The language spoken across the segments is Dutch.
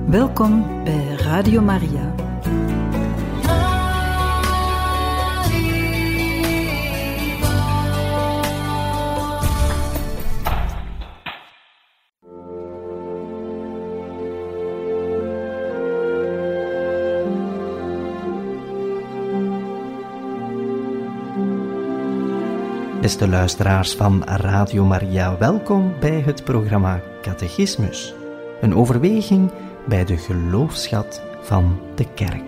Welkom bij Radio Maria. Beste luisteraars van Radio Maria, welkom bij het programma Catechismus. Een overweging bij de geloofsschat van de Kerk.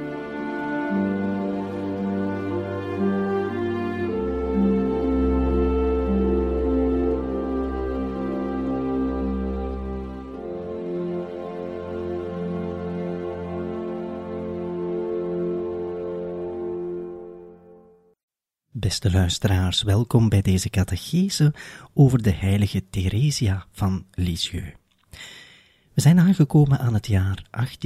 Beste luisteraars, welkom bij deze catechese over de heilige Theresia van Lisieux. We zijn aangekomen aan het jaar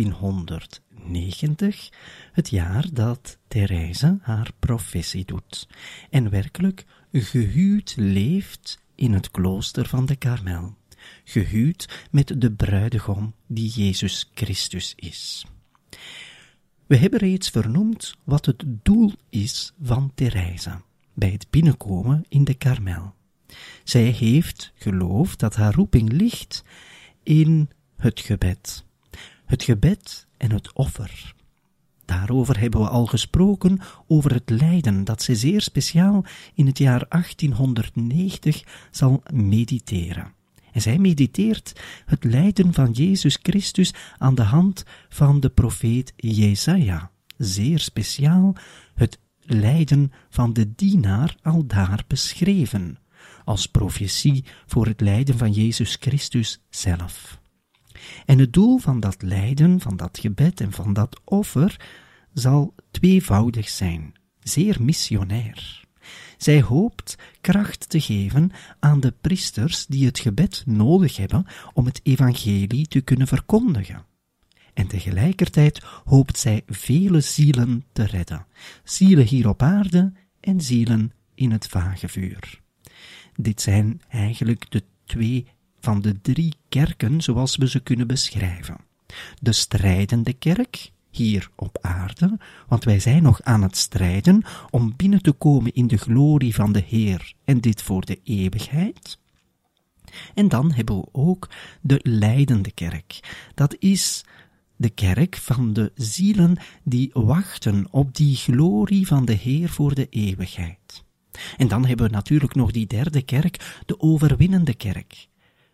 1890, het jaar dat Therese haar professie doet en werkelijk gehuwd leeft in het klooster van de Karmel, gehuwd met de bruidegom die Jezus Christus is. We hebben reeds vernoemd wat het doel is van Therese bij het binnenkomen in de Karmel. Zij heeft geloofd dat haar roeping ligt in het gebed en het offer. Daarover hebben we al gesproken, over het lijden dat zij zeer speciaal in het jaar 1890 zal mediteren. En zij mediteert het lijden van Jezus Christus aan de hand van de profeet Jesaja. Zeer speciaal het lijden van de dienaar aldaar beschreven, als profetie voor het lijden van Jezus Christus zelf. En het doel van dat lijden, van dat gebed en van dat offer zal tweevoudig zijn, zeer missionair. Zij hoopt kracht te geven aan de priesters die het gebed nodig hebben om het evangelie te kunnen verkondigen. En tegelijkertijd hoopt zij vele zielen te redden. Zielen hier op aarde en zielen in het vagevuur. Dit zijn eigenlijk de twee van de drie kerken zoals we ze kunnen beschrijven. De strijdende kerk, hier op aarde, want wij zijn nog aan het strijden om binnen te komen in de glorie van de Heer en dit voor de eeuwigheid. En dan hebben we ook de lijdende kerk. Dat is de kerk van de zielen die wachten op die glorie van de Heer voor de eeuwigheid. En dan hebben we natuurlijk nog die derde kerk, de overwinnende kerk.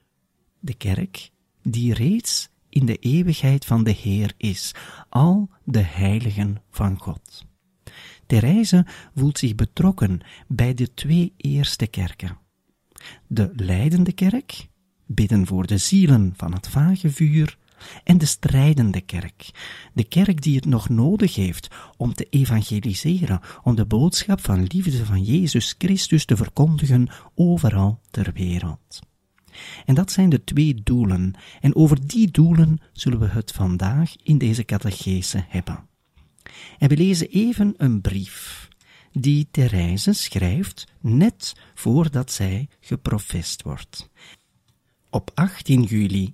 De kerk die reeds in de eeuwigheid van de Heer is, al de heiligen van God. Therese voelt zich betrokken bij de twee eerste kerken. De lijdende kerk, bidden voor de zielen van het vagevuur, en de strijdende kerk, de kerk die het nog nodig heeft om te evangeliseren, om de boodschap van liefde van Jezus Christus te verkondigen overal ter wereld. En dat zijn de twee doelen, en over die doelen zullen we het vandaag in deze catechese hebben. En we lezen even een brief die Therese schrijft net voordat zij geprofest wordt. Op 18 juli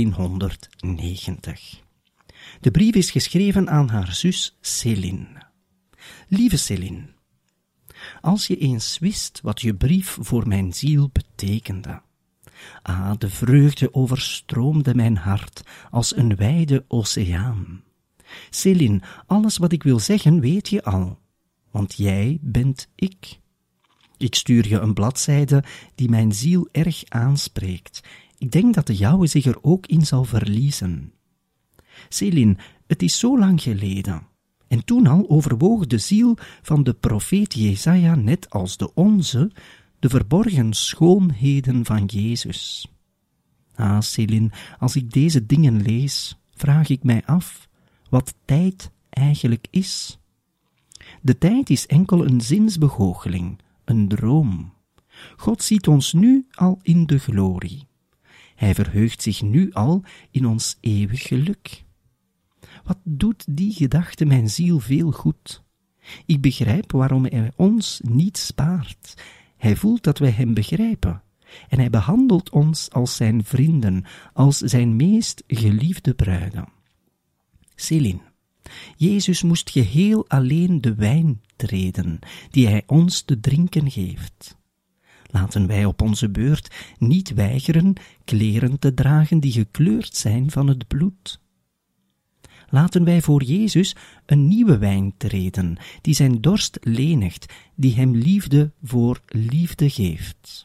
1890. De brief is geschreven aan haar zus Céline. Lieve Céline, als je eens wist wat je brief voor mijn ziel betekende. De vreugde overstroomde mijn hart als een wijde oceaan. Céline, alles wat ik wil zeggen weet je al, want jij bent ik. Ik stuur je een bladzijde die mijn ziel erg aanspreekt. Ik denk dat de jouwe zich er ook in zal verliezen. Céline, het is zo lang geleden. En toen al overwoog de ziel van de profeet Jesaja, net als de onze, de verborgen schoonheden van Jezus. Céline, als ik deze dingen lees, vraag ik mij af wat tijd eigenlijk is. De tijd is enkel een zinsbegoocheling, een droom. God ziet ons nu al in de glorie. Hij verheugt zich nu al in ons eeuwig geluk. Wat doet die gedachte mijn ziel veel goed? Ik begrijp waarom hij ons niet spaart. Hij voelt dat wij hem begrijpen. En hij behandelt ons als zijn vrienden, als zijn meest geliefde bruiden. Céline, Jezus moest geheel alleen de wijn treden, die hij ons te drinken geeft. Laten wij op onze beurt niet weigeren kleren te dragen die gekleurd zijn van het bloed. Laten wij voor Jezus een nieuwe wijn treden, die zijn dorst lenigt, die hem liefde voor liefde geeft.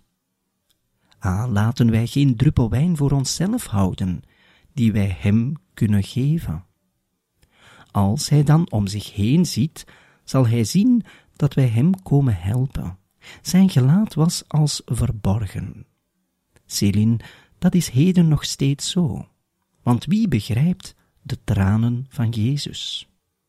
Laten wij geen druppel wijn voor onszelf houden, die wij hem kunnen geven. Als hij dan om zich heen ziet, zal hij zien dat wij hem komen helpen. Zijn gelaat was als verborgen. Céline, dat is heden nog steeds zo. Want wie begrijpt de tranen van Jezus?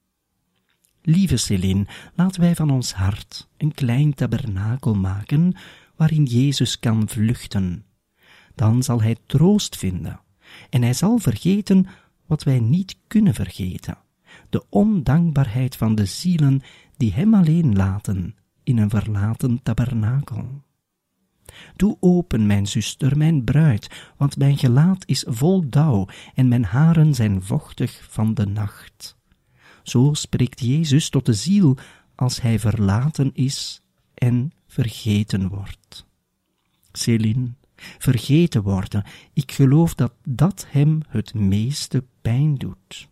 Lieve Céline, laten wij van ons hart een klein tabernakel maken, waarin Jezus kan vluchten. Dan zal hij troost vinden, en hij zal vergeten wat wij niet kunnen vergeten. De ondankbaarheid van de zielen die hem alleen laten in een verlaten tabernakel. Doe open, mijn zuster, mijn bruid, want mijn gelaat is vol dauw en mijn haren zijn vochtig van de nacht. Zo spreekt Jezus tot de ziel als hij verlaten is en vergeten wordt. Céline, vergeten worden, ik geloof dat dat hem het meeste pijn doet.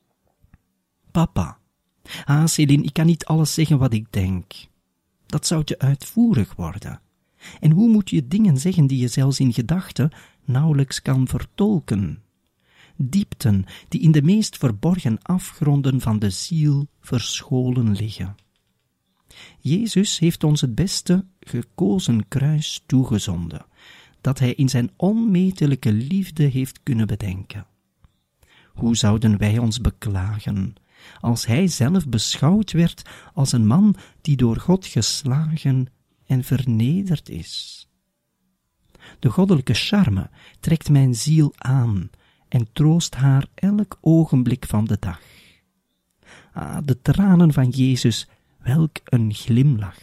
Papa, Céline, ik kan niet alles zeggen wat ik denk. Dat zou te uitvoerig worden. En hoe moet je dingen zeggen die je zelfs in gedachten nauwelijks kan vertolken? Diepten die in de meest verborgen afgronden van de ziel verscholen liggen. Jezus heeft ons het beste gekozen kruis toegezonden, dat hij in zijn onmetelijke liefde heeft kunnen bedenken. Hoe zouden wij ons beklagen als hij zelf beschouwd werd als een man die door God geslagen en vernederd is? De goddelijke charme trekt mijn ziel aan en troost haar elk ogenblik van de dag. De tranen van Jezus, welk een glimlach.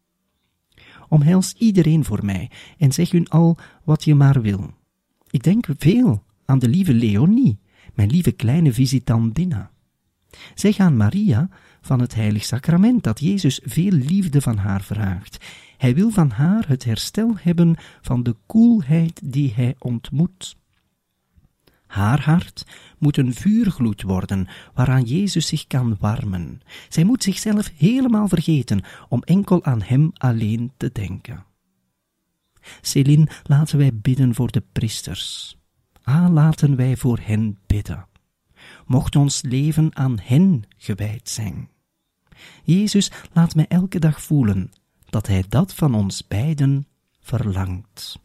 Omhels iedereen voor mij en zeg hun al wat je maar wil. Ik denk veel aan de lieve Leonie, mijn lieve kleine visitandina. Zeg aan Maria van het Heilig Sacrament dat Jezus veel liefde van haar vraagt. Hij wil van haar het herstel hebben van de koelheid die hij ontmoet. Haar hart moet een vuurgloed worden waaraan Jezus zich kan warmen. Zij moet zichzelf helemaal vergeten om enkel aan hem alleen te denken. Céline, laten wij bidden voor de priesters. Laten wij voor hen bidden. Mocht ons leven aan hen gewijd zijn. Jezus, laat mij elke dag voelen dat hij dat van ons beiden verlangt.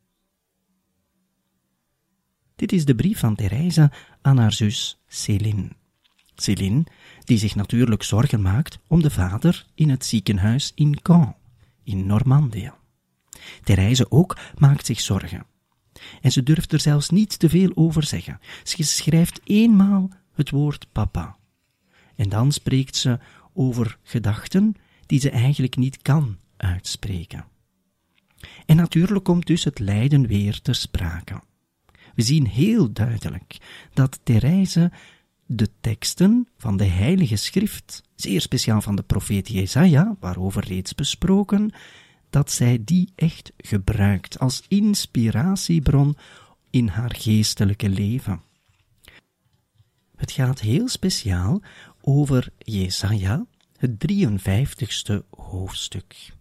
Dit is de brief van Therese aan haar zus Céline. Céline, die zich natuurlijk zorgen maakt om de vader in het ziekenhuis in Caen, in Normandië. Therese ook maakt zich zorgen. En ze durft er zelfs niet te veel over zeggen. Ze schrijft eenmaal het woord papa. En dan spreekt ze over gedachten die ze eigenlijk niet kan uitspreken. En natuurlijk komt dus het lijden weer ter sprake. We zien heel duidelijk dat Therese de teksten van de Heilige Schrift, zeer speciaal van de profeet Jesaja, waarover reeds besproken, dat zij die echt gebruikt als inspiratiebron in haar geestelijke leven. Het gaat heel speciaal over Jesaja, het 53ste hoofdstuk.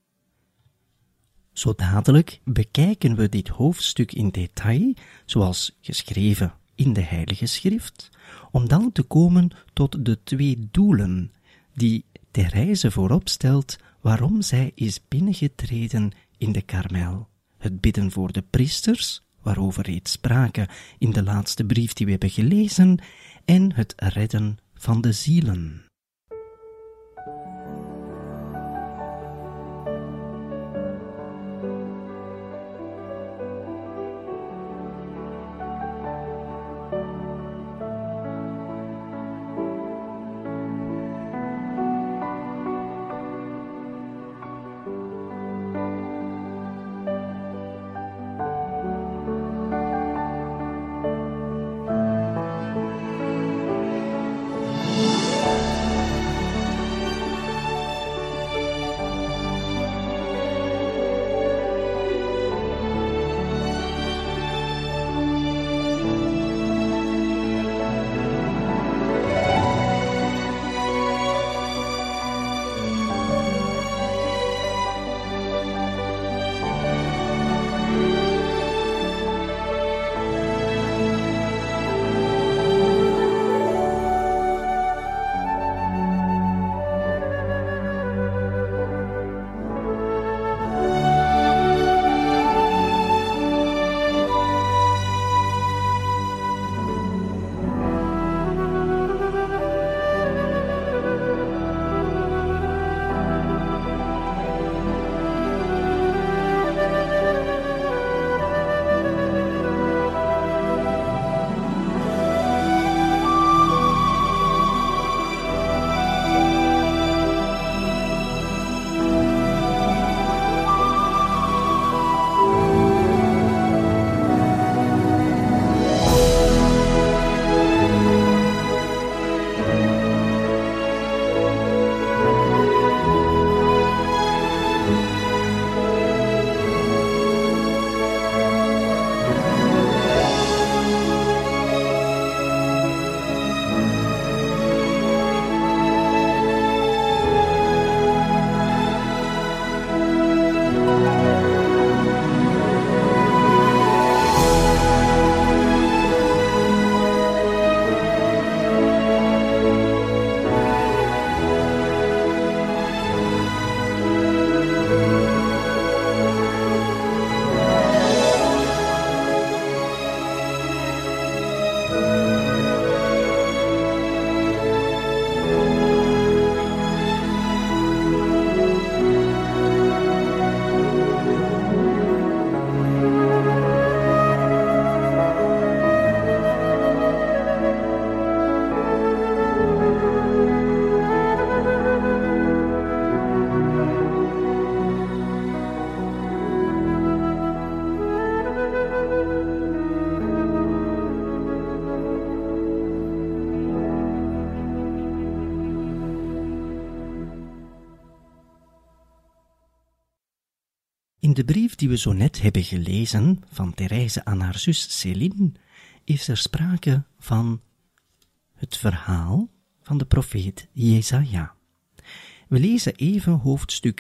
Zo dadelijk bekijken we dit hoofdstuk in detail, zoals geschreven in de Heilige Schrift, om dan te komen tot de twee doelen die Therese voorop stelt waarom zij is binnengetreden in de Karmel. Het bidden voor de priesters, waarover reeds sprake in de laatste brief die we hebben gelezen, en het redden van de zielen. In de brief die we zo net hebben gelezen van Therese aan haar zus Céline is er sprake van het verhaal van de profeet Jesaja. We lezen even hoofdstuk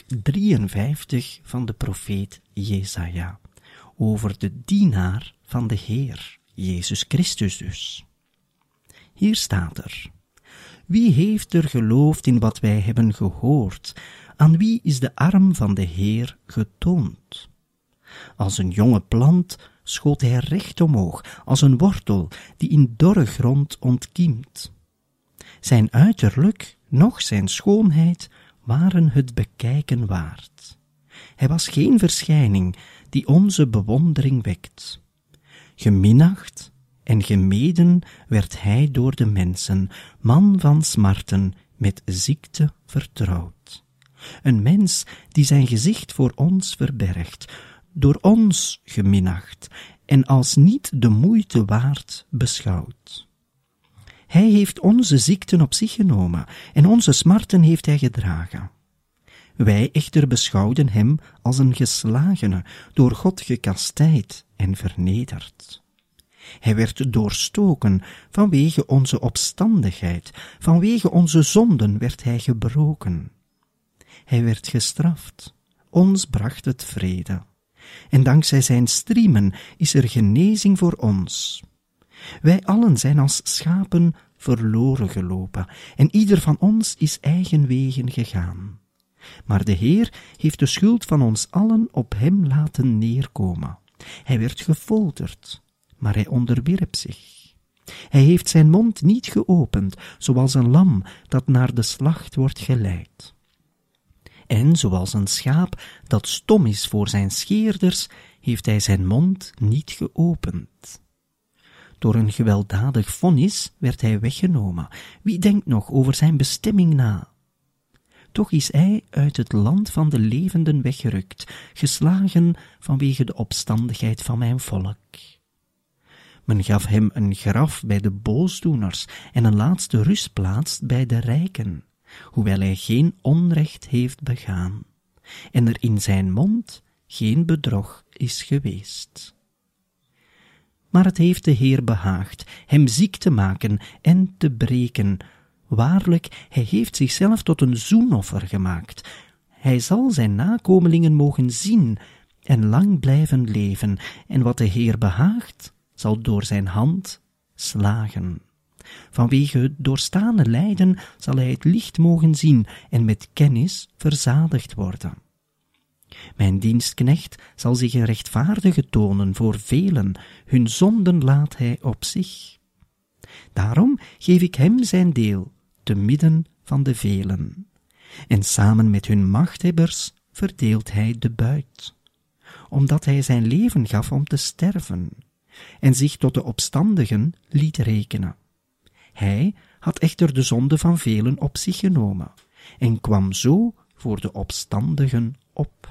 53 van de profeet Jesaja, over de dienaar van de Heer, Jezus Christus dus. Hier staat er: Wie heeft er geloofd in wat wij hebben gehoord? Aan wie is de arm van de Heer getoond? Als een jonge plant schoot hij recht omhoog, als een wortel die in dorre grond ontkiemt. Zijn uiterlijk, noch zijn schoonheid, waren het bekijken waard. Hij was geen verschijning die onze bewondering wekt. Geminacht en gemeden werd hij door de mensen, man van smarten, met ziekte vertrouwd. Een mens die zijn gezicht voor ons verbergt, door ons geminacht en als niet de moeite waard beschouwd. Hij heeft onze ziekten op zich genomen en onze smarten heeft hij gedragen. Wij echter beschouwden hem als een geslagene, door God gekastijd en vernederd. Hij werd doorstoken vanwege onze opstandigheid, vanwege onze zonden werd hij gebroken. Hij werd gestraft, ons bracht het vrede. En dankzij zijn striemen is er genezing voor ons. Wij allen zijn als schapen verloren gelopen, en ieder van ons is eigen wegen gegaan. Maar de Heer heeft de schuld van ons allen op hem laten neerkomen. Hij werd gefolterd, maar hij onderwierp zich. Hij heeft zijn mond niet geopend, zoals een lam dat naar de slacht wordt geleid. En zoals een schaap dat stom is voor zijn scheerders, heeft hij zijn mond niet geopend. Door een gewelddadig vonnis werd hij weggenomen. Wie denkt nog over zijn bestemming na? Toch is hij uit het land van de levenden weggerukt, geslagen vanwege de opstandigheid van mijn volk. Men gaf hem een graf bij de boosdoeners en een laatste rustplaats bij de rijken, hoewel hij geen onrecht heeft begaan, en er in zijn mond geen bedrog is geweest. Maar het heeft de Heer behaagd hem ziek te maken en te breken. Waarlijk, hij heeft zichzelf tot een zoenoffer gemaakt. Hij zal zijn nakomelingen mogen zien en lang blijven leven, en wat de Heer behaagt, zal door zijn hand slagen. Vanwege het doorstane lijden zal hij het licht mogen zien en met kennis verzadigd worden. Mijn dienstknecht zal zich een rechtvaardige tonen voor velen, hun zonden laat hij op zich. Daarom geef ik hem zijn deel, te midden van de velen. En samen met hun machthebbers verdeelt hij de buit, omdat hij zijn leven gaf om te sterven, en zich tot de opstandigen liet rekenen. Hij had echter de zonde van velen op zich genomen, en kwam zo voor de opstandigen op.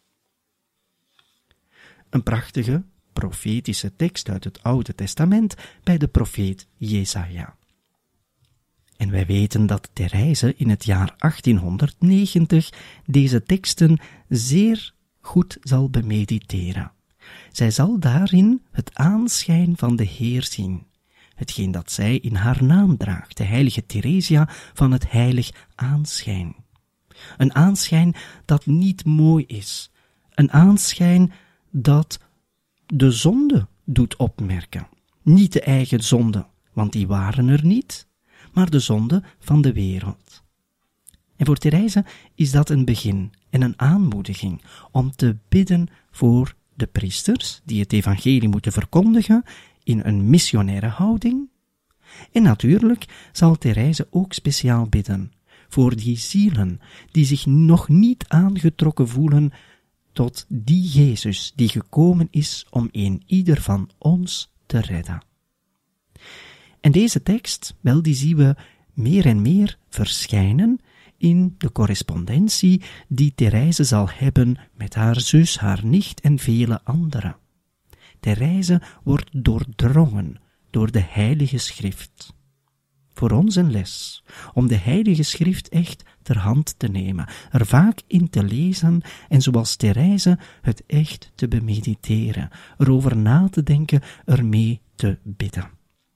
Een prachtige, profetische tekst uit het Oude Testament bij de profeet Jesaja. En wij weten dat Therese in het jaar 1890 deze teksten zeer goed zal bemediteren. Zij zal daarin het aanschijn van de Heer zien, hetgeen dat zij in haar naam draagt, de heilige Theresia van het heilig aanschijn. Een aanschijn dat niet mooi is, een aanschijn dat de zonde doet opmerken. Niet de eigen zonde, want die waren er niet, maar de zonde van de wereld. En voor Therese is dat een begin en een aanmoediging om te bidden voor de priesters die het evangelie moeten verkondigen in een missionaire houding. En natuurlijk zal Therese ook speciaal bidden voor die zielen die zich nog niet aangetrokken voelen tot die Jezus die gekomen is om een ieder van ons te redden. En deze tekst, wel, die zien we meer en meer verschijnen in de correspondentie die Therese zal hebben met haar zus, haar nicht en vele anderen. Therese wordt doordrongen door de Heilige Schrift. voor ons een les om de Heilige Schrift echt ter hand te nemen, er vaak in te lezen en zoals Therese het echt te bemediteren, erover na te denken, ermee te bidden.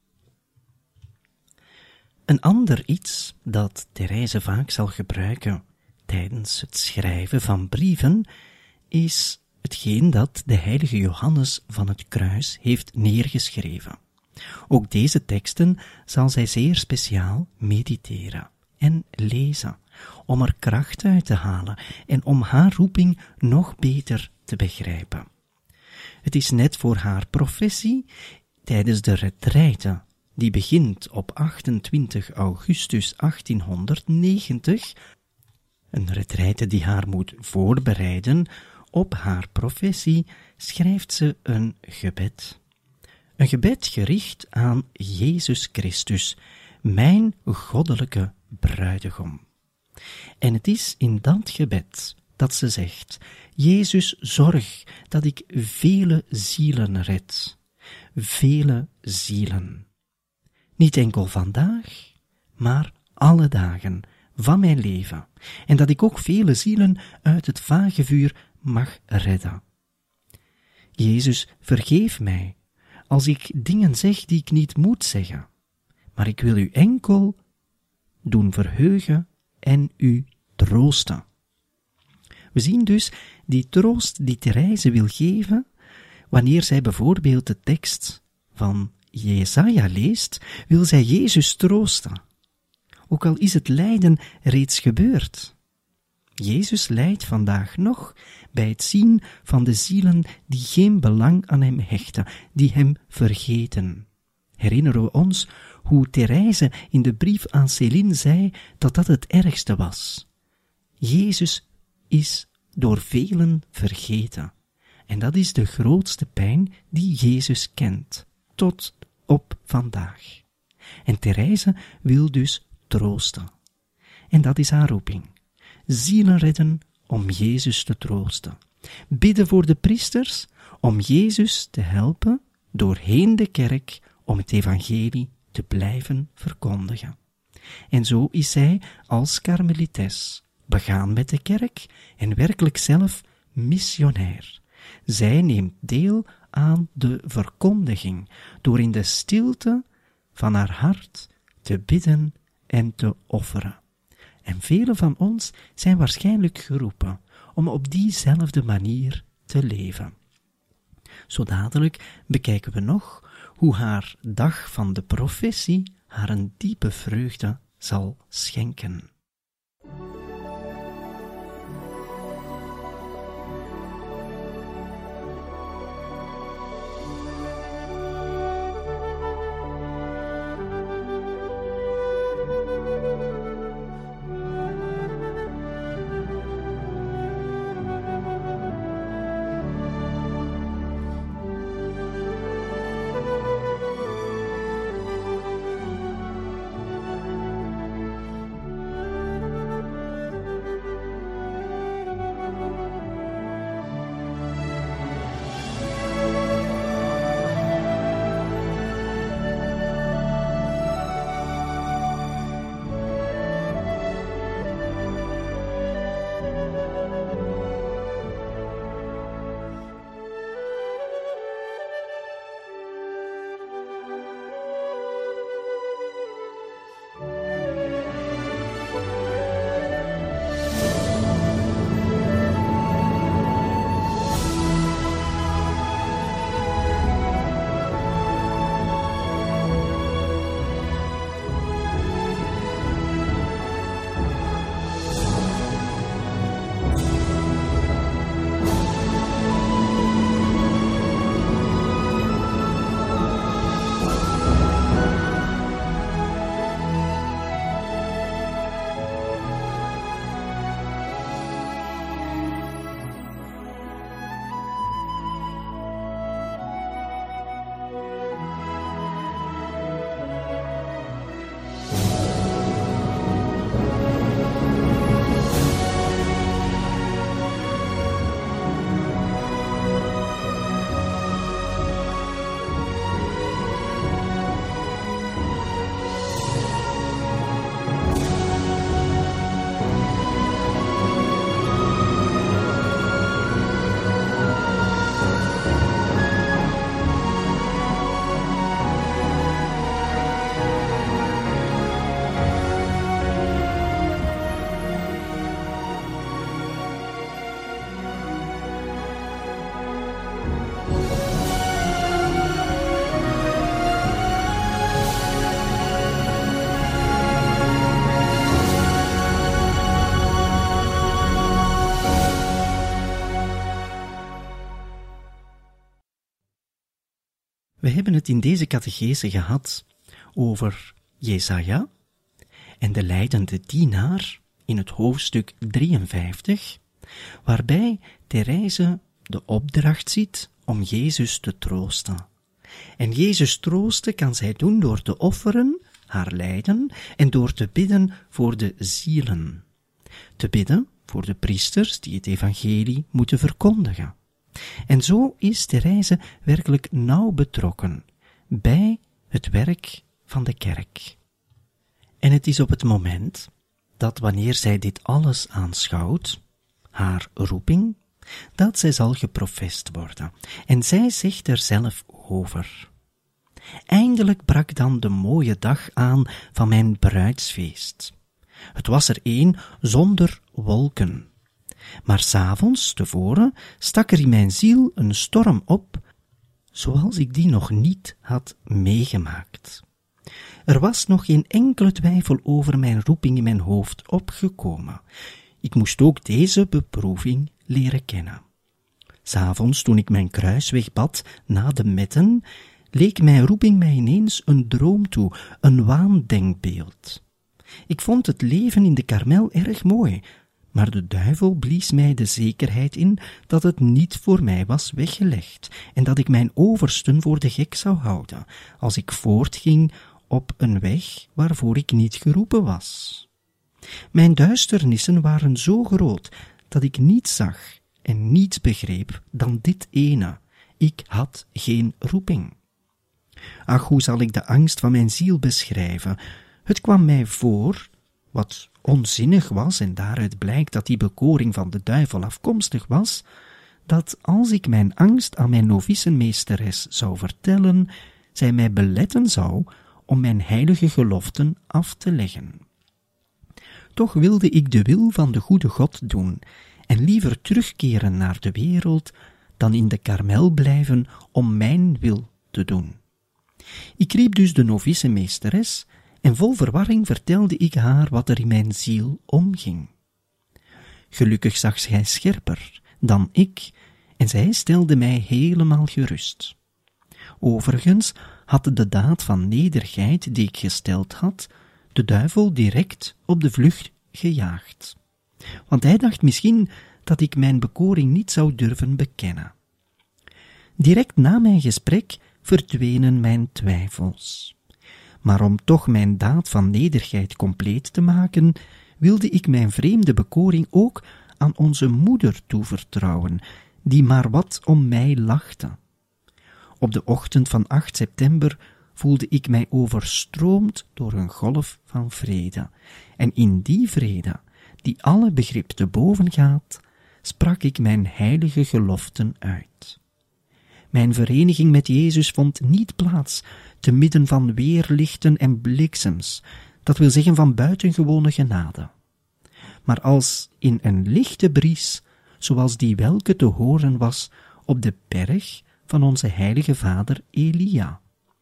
Een ander iets dat Therese vaak zal gebruiken tijdens het schrijven van brieven is hetgeen dat de heilige Johannes van het Kruis heeft neergeschreven. Ook deze teksten zal zij zeer speciaal mediteren en lezen, om er kracht uit te halen en om haar roeping nog beter te begrijpen. Het is net voor haar professie, tijdens de retraite, die begint op 28 augustus 1890, een retraite die haar moet voorbereiden op haar professie, schrijft ze een gebed. Een gebed gericht aan Jezus Christus, mijn goddelijke bruidegom. En het is in dat gebed dat ze zegt: Jezus, zorg dat ik vele zielen red. Vele zielen. Niet enkel vandaag, maar alle dagen van mijn leven. En dat ik ook vele zielen uit het vagevuur mag redden. Jezus, vergeef mij als ik dingen zeg die ik niet moet zeggen, maar ik wil u enkel doen verheugen en u troosten. We zien dus die troost die Therese wil geven wanneer zij bijvoorbeeld de tekst van Jesaja leest, wil zij Jezus troosten. Ook al is het lijden reeds gebeurd. Jezus lijdt vandaag nog bij het zien van de zielen die geen belang aan hem hechten, die hem vergeten. Herinneren we ons hoe Therese in de brief aan Céline zei dat dat het ergste was. Jezus is door velen vergeten. En dat is de grootste pijn die Jezus kent, tot op vandaag. En Therese wil dus troosten. En dat is haar roeping. Zielen redden om Jezus te troosten. Bidden voor de priesters om Jezus te helpen doorheen de kerk om het evangelie te blijven verkondigen. En zo is zij als karmelites begaan met de kerk en werkelijk zelf missionair. Zij neemt deel aan de verkondiging door in de stilte van haar hart te bidden en te offeren. En velen van ons zijn waarschijnlijk geroepen om op diezelfde manier te leven. Zo dadelijk bekijken we nog hoe haar dag van de professie haar een diepe vreugde zal schenken. We hebben het in deze catechese gehad over Jesaja en de lijdende dienaar in het hoofdstuk 53, waarbij Therese de opdracht ziet om Jezus te troosten. En Jezus troosten kan zij doen door te offeren, haar lijden, en door te bidden voor de zielen. Te bidden voor de priesters die het evangelie moeten verkondigen. En zo is Therese werkelijk nauw betrokken bij het werk van de kerk. En het is op het moment dat wanneer zij dit alles aanschouwt, haar roeping, dat zij zal geprofest worden. En zij zegt er zelf over: eindelijk brak dan de mooie dag aan van mijn bruidsfeest. Het was er een zonder wolken. Maar 's avonds tevoren stak er in mijn ziel een storm op, zoals ik die nog niet had meegemaakt. Er was nog geen enkele twijfel over mijn roeping in mijn hoofd opgekomen. Ik moest ook deze beproeving leren kennen. 's Avonds, toen ik mijn kruisweg bad na de metten, leek mijn roeping mij ineens een droom toe, een waandenkbeeld. Ik vond het leven in de Karmel erg mooi, maar de duivel blies mij de zekerheid in dat het niet voor mij was weggelegd en dat ik mijn oversten voor de gek zou houden, als ik voortging op een weg waarvoor ik niet geroepen was. Mijn duisternissen waren zo groot dat ik niets zag en niets begreep dan dit ene: ik had geen roeping. Ach, hoe zal ik de angst van mijn ziel beschrijven? Het kwam mij voor, wat onzinnig was, en daaruit blijkt dat die bekoring van de duivel afkomstig was, dat als ik mijn angst aan mijn novicenmeesteres zou vertellen, zij mij beletten zou om mijn heilige geloften af te leggen. Toch wilde ik de wil van de goede God doen en liever terugkeren naar de wereld dan in de Karmel blijven om mijn wil te doen. Ik riep dus de novicenmeesteres en vol verwarring vertelde ik haar wat er in mijn ziel omging. Gelukkig zag zij scherper dan ik en zij stelde mij helemaal gerust. Overigens had de daad van nederigheid die ik gesteld had, de duivel direct op de vlucht gejaagd. Want hij dacht misschien dat ik mijn bekoring niet zou durven bekennen. Direct na mijn gesprek verdwenen mijn twijfels. Maar om toch mijn daad van nederigheid compleet te maken, wilde ik mijn vreemde bekoring ook aan onze moeder toevertrouwen, die maar wat om mij lachte. Op de ochtend van 8 september voelde ik mij overstroomd door een golf van vrede. En in die vrede, die alle begrip te boven gaat, sprak ik mijn heilige geloften uit. Mijn vereniging met Jezus vond niet plaats te midden van weerlichten en bliksems, dat wil zeggen van buitengewone genade. Maar als in een lichte bries, zoals die welke te horen was op de berg van onze heilige vader Elia.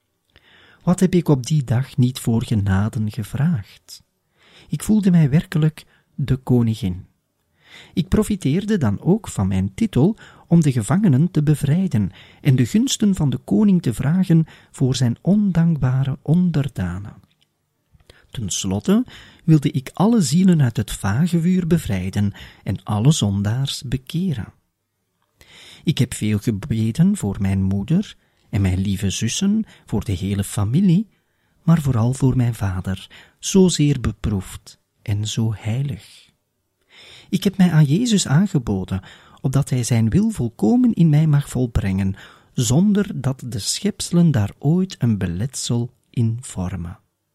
Wat heb ik op die dag niet voor genaden gevraagd? Ik voelde mij werkelijk de koningin. Ik profiteerde dan ook van mijn titel om de gevangenen te bevrijden en de gunsten van de koning te vragen voor zijn ondankbare onderdanen. Ten slotte wilde ik alle zielen uit het vagevuur bevrijden en alle zondaars bekeren. Ik heb veel gebeden voor mijn moeder en mijn lieve zussen, voor de hele familie, maar vooral voor mijn vader, zozeer beproefd en zo heilig. Ik heb mij aan Jezus aangeboden, opdat hij zijn wil volkomen in mij mag volbrengen, zonder dat de schepselen daar ooit een beletsel in vormen.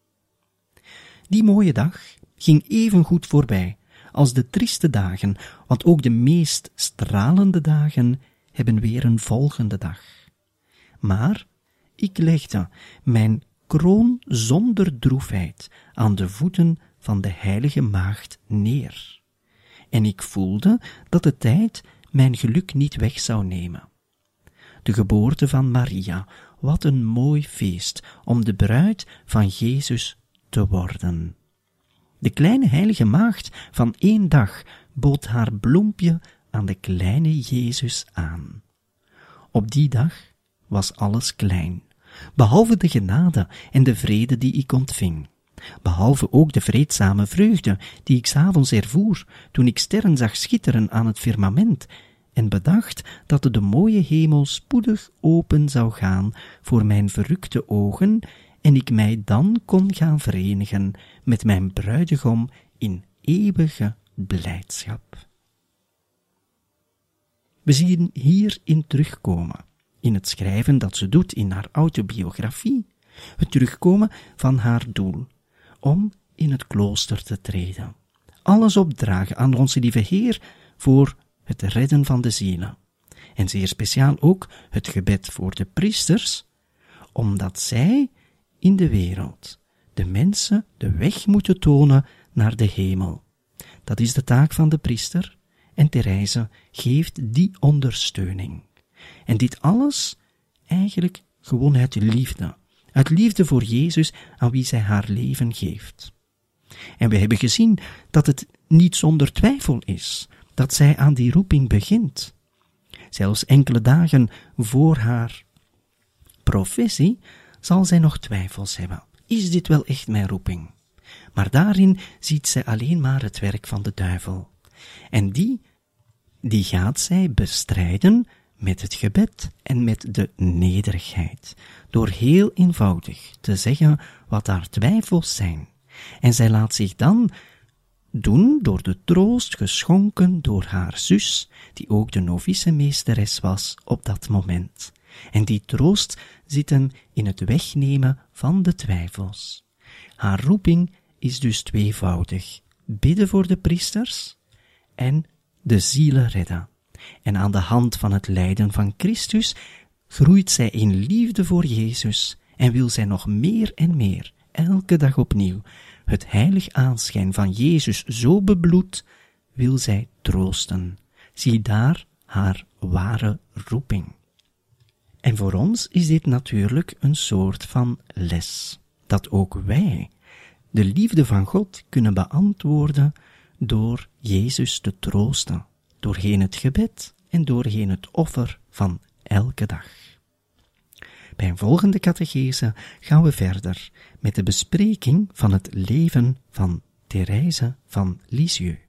Die mooie dag ging even goed voorbij als de trieste dagen, want ook de meest stralende dagen hebben weer een volgende dag. Maar ik legde mijn kroon zonder droefheid aan de voeten van de heilige maagd neer. En ik voelde dat de tijd mijn geluk niet weg zou nemen. De geboorte van Maria, wat een mooi feest om de bruid van Jezus te worden. De kleine heilige maagd van 1 dag bood haar bloempje aan de kleine Jezus aan. Op die dag was alles klein, behalve de genade en de vrede die ik ontving, behalve ook de vreedzame vreugde die ik 's avonds ervoer toen ik sterren zag schitteren aan het firmament en bedacht dat de mooie hemel spoedig open zou gaan voor mijn verrukte ogen en ik mij dan kon gaan verenigen met mijn bruidegom in eeuwige blijdschap. We zien hierin terugkomen, in het schrijven dat ze doet in haar autobiografie, het terugkomen van haar doel, om in het klooster te treden. Alles opdragen aan onze lieve Heer voor het redden van de zielen. En zeer speciaal ook het gebed voor de priesters, omdat zij in de wereld de mensen de weg moeten tonen naar de hemel. Dat is de taak van de priester en Therese geeft die ondersteuning. En dit alles eigenlijk gewoon uit liefde. Uit liefde voor Jezus aan wie zij haar leven geeft. En we hebben gezien dat het niet zonder twijfel is dat zij aan die roeping begint. Zelfs enkele dagen voor haar professie zal zij nog twijfels hebben. Is dit wel echt mijn roeping? Maar daarin ziet zij alleen maar het werk van de duivel. En die gaat zij bestrijden met het gebed en met de nederigheid, door heel eenvoudig te zeggen wat haar twijfels zijn. En zij laat zich dan doen door de troost geschonken door haar zus, die ook de novicemeesteres was op dat moment. En die troost zit hem in het wegnemen van de twijfels. Haar roeping is dus tweevoudig: bidden voor de priesters en de zielen redden. En aan de hand van het lijden van Christus groeit zij in liefde voor Jezus en wil zij nog meer en meer, elke dag opnieuw, het heilig aanschijn van Jezus zo bebloed, wil zij troosten. Zie daar haar ware roeping. En voor ons is dit natuurlijk een soort van les, dat ook wij de liefde van God kunnen beantwoorden door Jezus te troosten, doorheen het gebed en doorheen het offer van elke dag. Bij een volgende catechese gaan we verder met de bespreking van het leven van Therese van Lisieux.